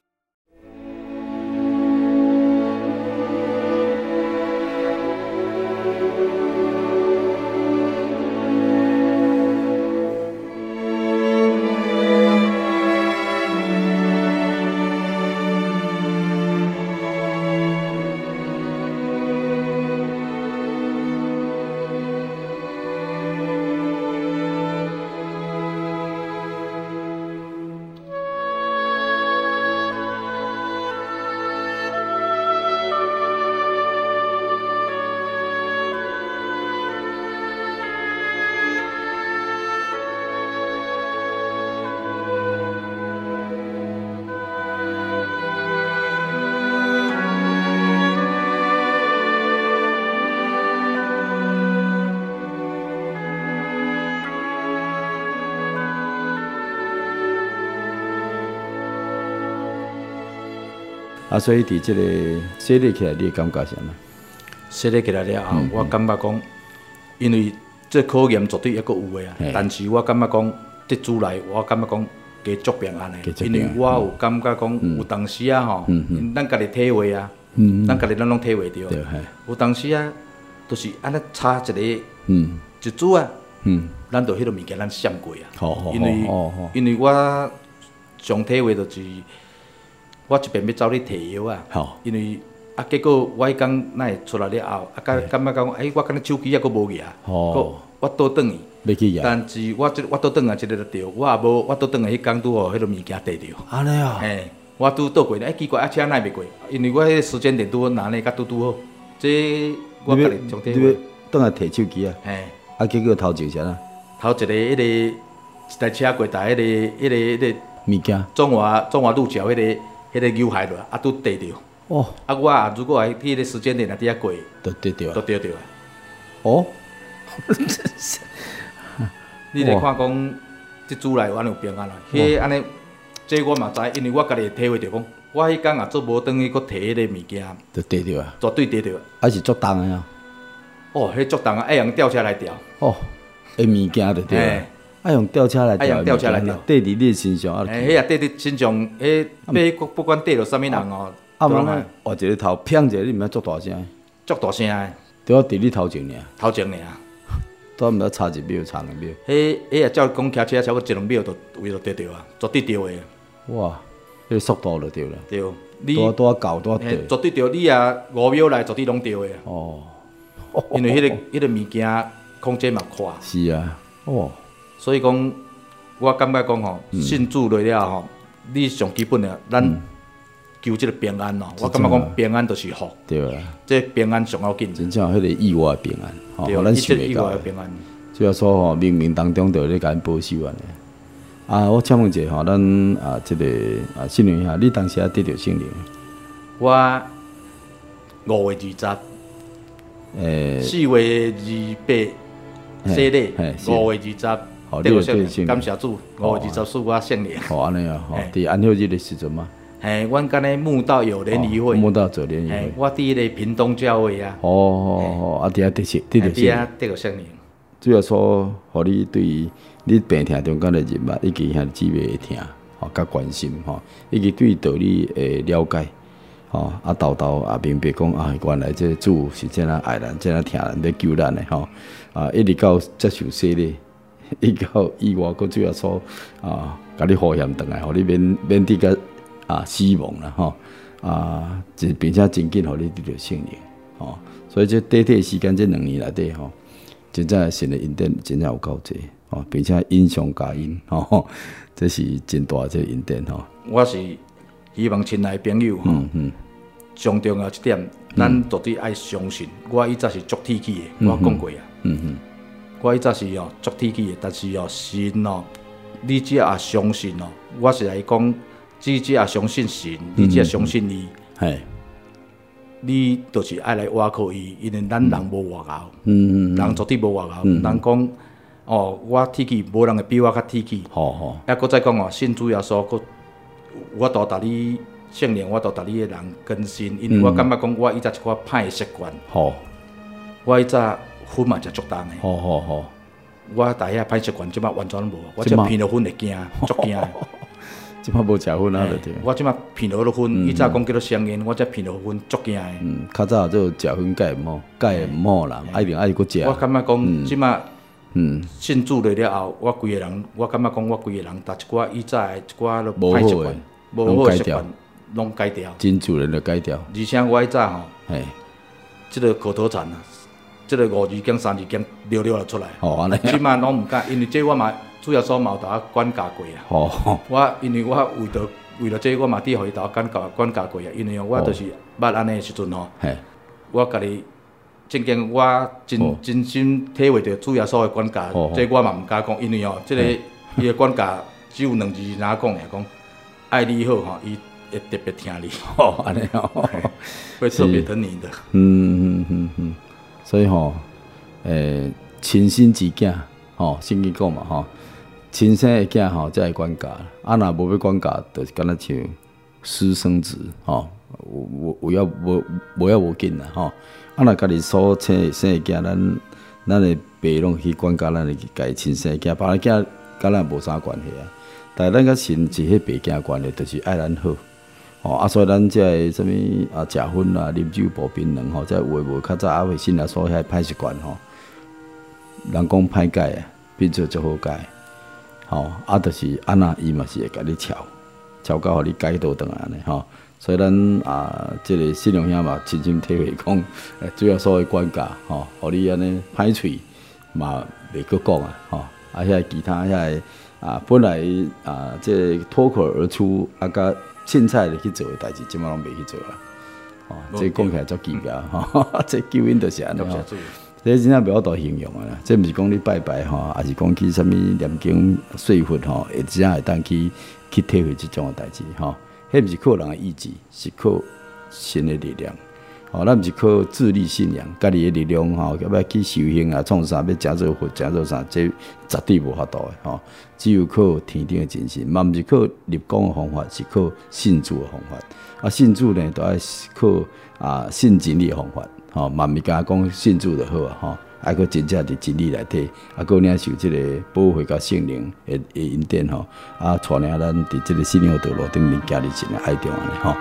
所以伫这个洗礼起来，你的感觉是安怎？ 设立起来了后，我感觉讲，因为这考验绝对还佫有诶啊，但是我感觉讲，这主来我感觉讲加足平安诶，因为我有感觉讲，有当时啊吼，咱家己体会啊，咱家己咱拢体会着，有当时啊，都是安尼差一个一组啊，咱着迄个物件咱闪过啊，因为我上体会就是我一边要走去摕药啊，因为啊结果我迄天哪会出来了后，啊感觉讲，我敢若手机啊佫无去啊，我倒转去。 要去呀？ 但是我倒转来，一个就对，我也无，我倒转来迄工拄好，迄个物件缀着。 安尼啊？ 嘿，我拄倒过，奇怪，车哪会袂过？因为我迄个时间点拄拿呢，甲拄好。这我家己上体会。 你要倒来摕手机啊？ 嘿。 啊，结果头前啥啊？ 头一个一台车过台，迄个物件。 中华路桥迄个牛海落，啊拄缀着。 哦。 啊，我啊，如果喺迄个时间点啊底下过， 都缀着。 都缀着。 哦。 你来看讲，即主来有安有平安啦。迄安尼，这我嘛知，因为我家己体会着讲，我迄天也做无转去，佫摕迄个物件， 就缀着啊， 绝对缀着。 还是足重的啊。 哦，迄足重啊，爱用吊车来吊。 哦，迄物件就对啊，爱用吊车来吊。 爱用吊车来吊， 缀伫你身上啊。 迄也缀伫身上，迄不管缀着啥物人哦。 啊，无啊，换一个头，砰一下，你毋知足大声。 足大声诶。 对啊，伫你头前尔。 头前尔。 都毋知差1秒，差2秒。 迄也照讲骑车超过1-2秒就位就对着啊，绝对着诶。 哇，迄个速度就对了。 对，你多高多对。 绝对着，你啊5秒内绝对拢着诶。 哦。 因为迄个物件空间嘛快。 是啊。哦。 所以讲，我感觉讲吼，信主来了吼，你上基本诶，咱求即个平安咯。我感觉讲平安就是福。 对啊。 这平安上要紧。 真正迄个意外平安。 对， 咱想意外平安。 主要说吼，冥冥当中就咧甲咱保守安尼。啊，我请问一下吼，咱啊，即个啊，信任下，你当时啊得到圣灵？ 我5月20，4月28，洗礼，5月20得到圣灵，感谢主，5月20赐我圣灵。 哦，安尼啊，吼，伫安息日的时阵嘛。 嘿，阮敢若慕道有联谊会， 慕道做联谊会。 我伫迄个屏东教会啊。 哦，啊，伫遐得到圣灵。 主要说，互你对于你病痛中间的人物，以及兄姊妹的疼，吼，较关心，吼，以及对道理的了解，吼，啊，豆豆也明白讲啊，原来这主是这样爱咱，这样疼咱，要救咱的，吼，啊，一直到接受洗礼，一直到以外，佫主要说啊，甲你保险回来，互你免得个啊死亡啦，吼，啊，并且真紧互你得到圣灵，吼，所以这短短时间这2年内底，吼。真正神的恩典真正有够济，吼，并且因上加因，吼，这是真大这恩典吼。 我是希望亲爱朋友吼，上重要一点，咱绝对爱相信。我以前是足铁气的，我讲过啊。我以前是哦足铁气的，但是哦神哦，你只要相信哦，我是来讲，你只要相信神，你只要相信伊。你就是爱来倚靠伊，因为咱人无外交，人绝对无外交。人讲哦，我铁气，无人会比我较铁气。还佫再讲哦，信主耶稣，佫我都带你圣灵，我都带你的人更新，因为我感觉讲，我以前一寡歹的习惯，我以前薰嘛食足重的。我大遐歹习惯，即摆完全无，我即闻到薰会惊，足惊。 即摆无食薰啊，就对。 我即摆闻到薰，以前讲叫做香烟，我即闻到薰足惊的。 较早做食薰钙毋好，钙毋好啦，一定爱佫食。 我感觉讲，即摆信主来了后，我规个人，我感觉讲，我规个人，逐一寡以前的一寡歹习惯，无好习惯，拢改掉。 真自然就改掉。 而且我以前吼，即个口头禅啊，即个5字经、3字经溜就出来。 安尼。 即摆拢毋敢，因为这我嘛。主要说嘛有甲我管教过啊，我因为我为了这我嘛伫互伊甲我管教过啊，因为我就是捌安尼的时阵吼，我家己正经我真心体会到主要所的管教，这我嘛毋敢讲，因为哦，这个伊的管教只有2字哪讲呀，讲爱你好吼，伊会特别听你， 安尼哦， 会特别疼你的。 所以吼，亲生之囝，吼，圣经讲嘛，吼。亲生的囝吼才会管教，啊若无要管教，就是敢若像私生子吼， 有要无要无紧啦吼。啊，若家己所生的囝，咱的爸拢去管教咱的家亲生囝，别人囝甲咱无啥关系啊。但咱甲神是迄爸囝关系，就是爱咱好。哦，啊，所以咱这个什么啊，食薰啊，啉酒步槟榔吼，这有诶无较早啊，会信啊，所遐歹习惯吼，人讲歹改啊，变做足好改。吼，啊，就是安那伊嘛是会甲你敲到互你改倒转来安尼吼。所以咱啊，这个信良兄嘛，亲身体会讲，主要所谓管教吼，互你安尼歹喙嘛袂搁讲啊吼，啊，遐其他遐啊，本来啊，这脱口而出啊，甲凊彩的去做的代志，即马拢袂去做啦。哦，这讲起来足奇妙吼，这救因就是安尼吼。这真正袂晓度形容啊！这毋是讲你拜拜吼，也是讲去啥物念经说佛吼，会真正会当去体会即种的代志吼。迄毋是靠人的意志，是靠神的力量。哦，咱毋是靠自力信仰，家己的力量吼，要去修行啊，创啥要诚做佛，诚做啥，这绝对无法度的吼。只有靠天顶的真神，嘛毋是靠立功的方法，是靠信主的方法。啊，信主呢，都要靠啊信真理的方法。吼，嘛毋是讲信主就好啊，吼，还佫真正伫真理内底，啊，佫领受即个保护甲圣灵的恩典吼，啊，带领咱伫即个信仰道路顶面行入神的爱中安尼吼。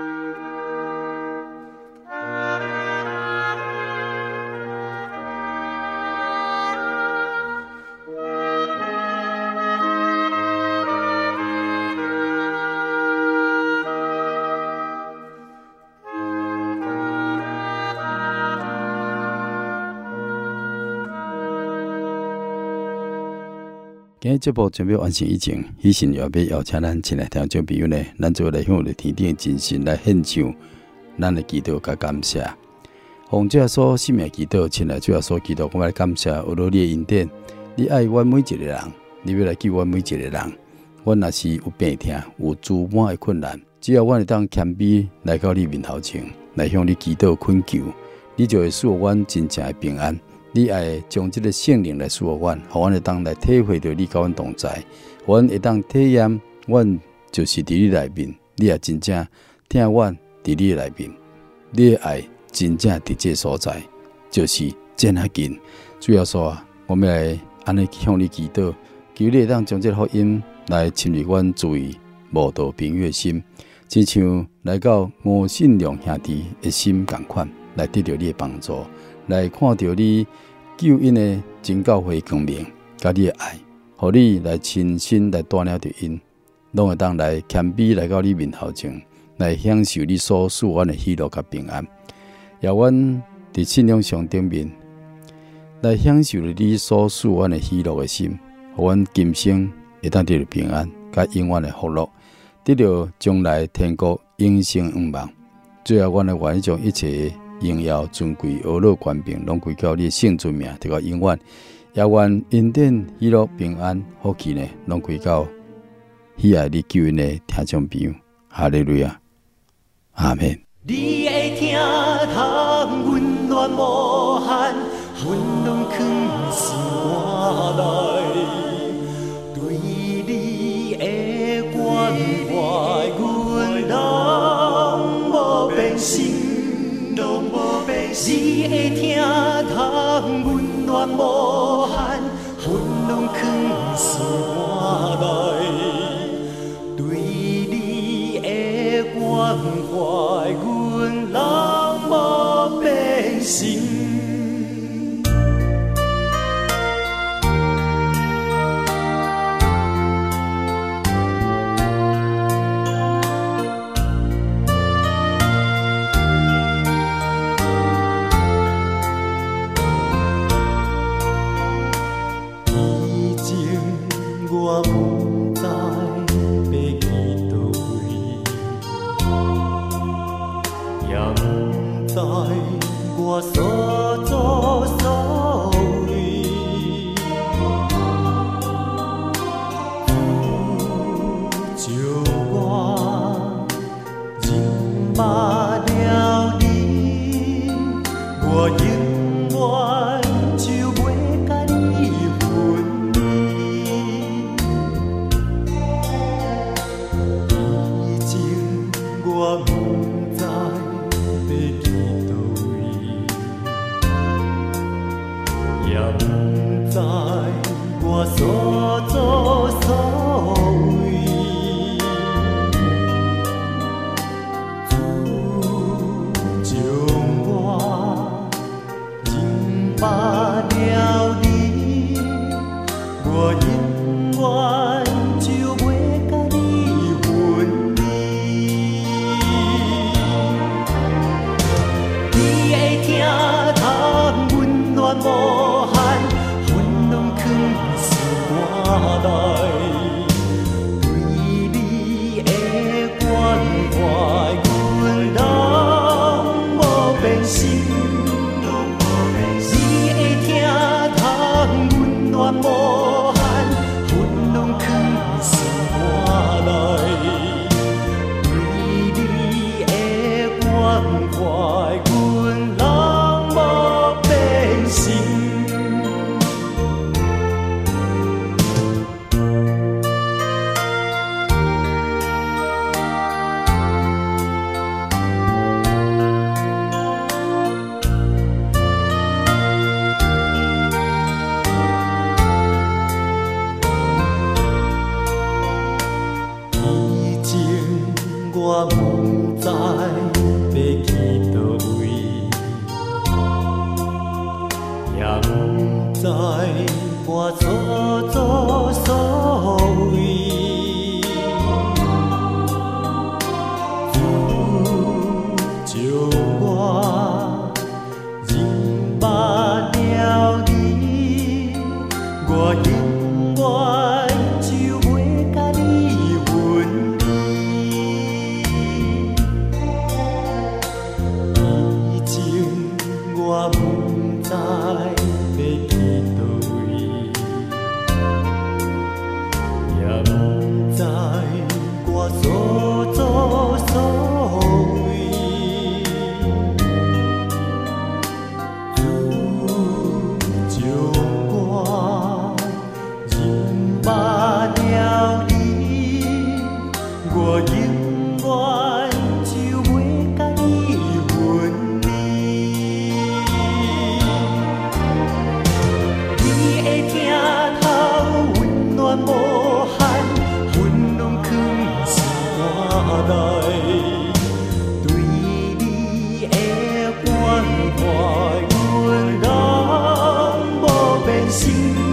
今日节目准备完成以前，喜神也要邀请咱亲爱听众朋友呢，咱做来向着天顶真神来献上咱的祈祷甲感谢。奉这所生命祈祷，亲爱主耶稣祈祷，我们来感谢有了你的恩典，你爱阮每一个人，你要来救阮每一个人。阮若是有病痛、有诸满的困难，只要阮会当谦卑来到你面头前，来向你祈祷恳求，你就会赐予阮真正的平安。你爱将这个圣灵来赐予阮，互阮会当来体会到你甲阮同在，阮会当体验，阮就是伫你内面，你也真正听阮伫你内面，你的爱真正伫这所在，就是这么近。主要说啊，我们来安尼向你祈祷，求你会当将这福音来深入阮诸位无道朋友的心，亲像来到吴信良兄弟的心同款，来得到你的帮助。来看到你救恩的真教会光明，甲你的爱，互你来亲身来带领着因，拢会当来谦卑来到你面头前，来享受你所赐阮的喜乐甲平安。也阮伫信仰上顶面，来享受你所赐阮的喜乐的心，互阮今生会当得到平安，甲永远的福乐，得到将来天国永生愿望。最后，阮来愿意将一切荣耀、尊贵、阿乐、权柄，拢归到你圣尊名，直到永远。也愿恩典、喜乐、平安、福气呢，拢归到喜爱你救恩的听众朋友。哈利路亚，阿门。 你的听通温暖无限，温暖藏心肝内，对你的关怀，阮拢无变心。你的听通温暖无限，温暖藏心肝内，对你的关怀，阮拢无变心。我不知要去倒位，也不知我所作所为，就我认捌了你，我永远就袂甲你分离。以前我不知我所作所为，主将我认捌了你，我永远就袂甲你分离。你的听通温暖无限，阮拢藏心肝内。对你的关怀，阮拢无变心。你的听通温暖无限，阮拢藏心肝内。对你的关怀，阮拢无变心。以前我不知要去倒位，也不知我所作所为。主将我认捌了你，我永远就袂甲你分离。以前我不知要去倒位，也不知我所作所为。主将我认捌了你，我永远就袂甲你分离。你的听通温暖无限，阮拢藏心肝内。对你的关怀，阮拢无变心。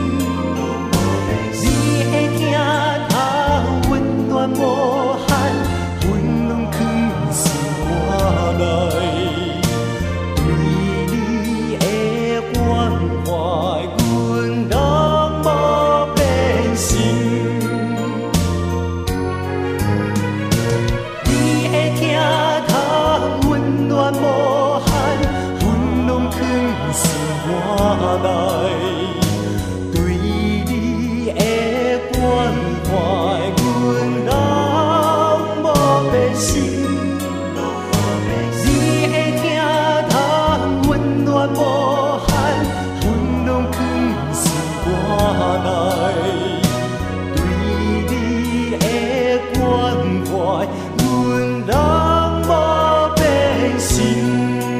你的听通温暖无限，阮拢藏心肝内。对你的关怀，阮拢无变心。你的听通温暖无限，阮拢藏心肝内。对你的关怀，阮拢无变心。你的听通温暖无限，阮拢藏心肝内。对你的关怀，阮拢无变心。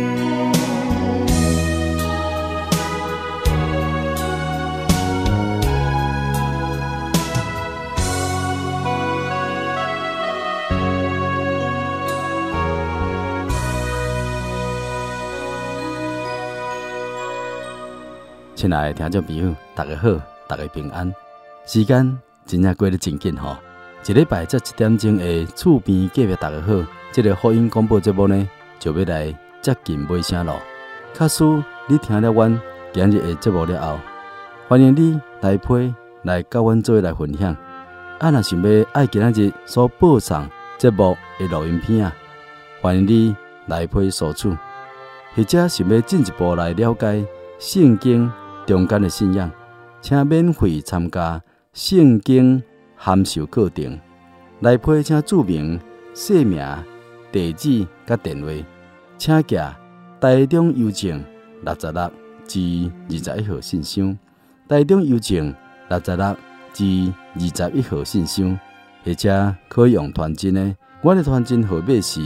亲爱的听众朋友，大家好，大家平安。时间真正过得真紧吼，一礼拜才1点钟的厝边隔壁大家好，这个福音广播节目呢，就要来接近尾声咯。假使你听了阮今日的节目了后，欢迎你来批来甲阮做来分享。若想要爱今仔日所播送节目的录音片啊，欢迎你来批索取，或者想要进一步来了解圣经中间的信仰，请免费参加圣经函授课程。来批请注明姓名、地址甲电话，请寄台中邮政66至21号信箱，台中邮政66至21号信箱，或者可以用传真的。我的传真号码是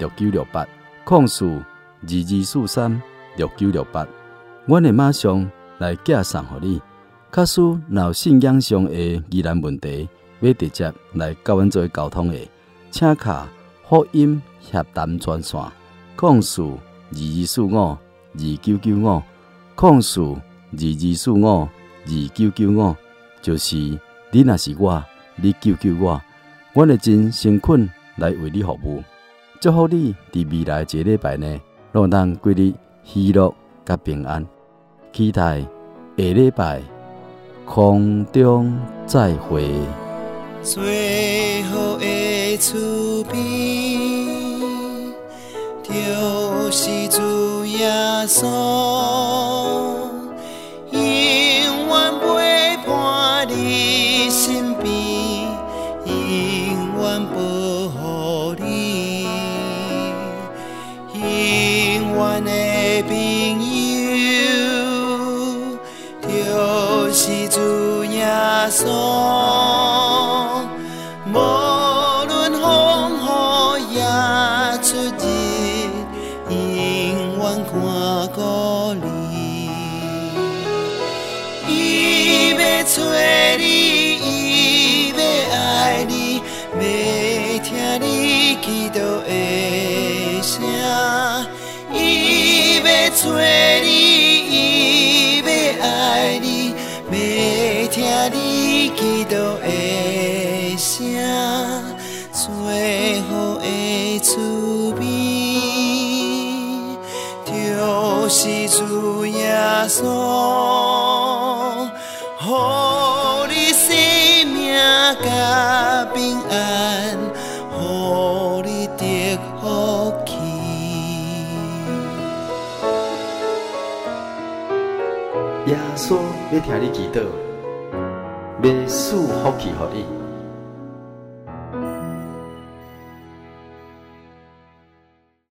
0422436968，0422436968。我会马上来寄送予你。假使若有信仰上的疑难问题，要直接来甲阮做沟通的，请卡福音协谈专线，0422452245，0422452295，就是你若是我，你救我，阮会真诚恳来为你服务。祝福你伫未来一个礼拜内，拢当过日喜乐甲平安。期待下礼拜空中再会。 最后的厝边，就是主耶稣，永远陪伴你身边，永远保护你，永远的朋友，就是主耶稣。无论风雨也出日，永远看顾你。伊要找你，伊要爱你，要听你祈祷的声。伊要找你，伊要爱你，要听你祈祷的声。最好的厝边，就是主耶稣，予你生命甲平安，予你得福气。 耶稣要听你祈祷，要赐福气予你。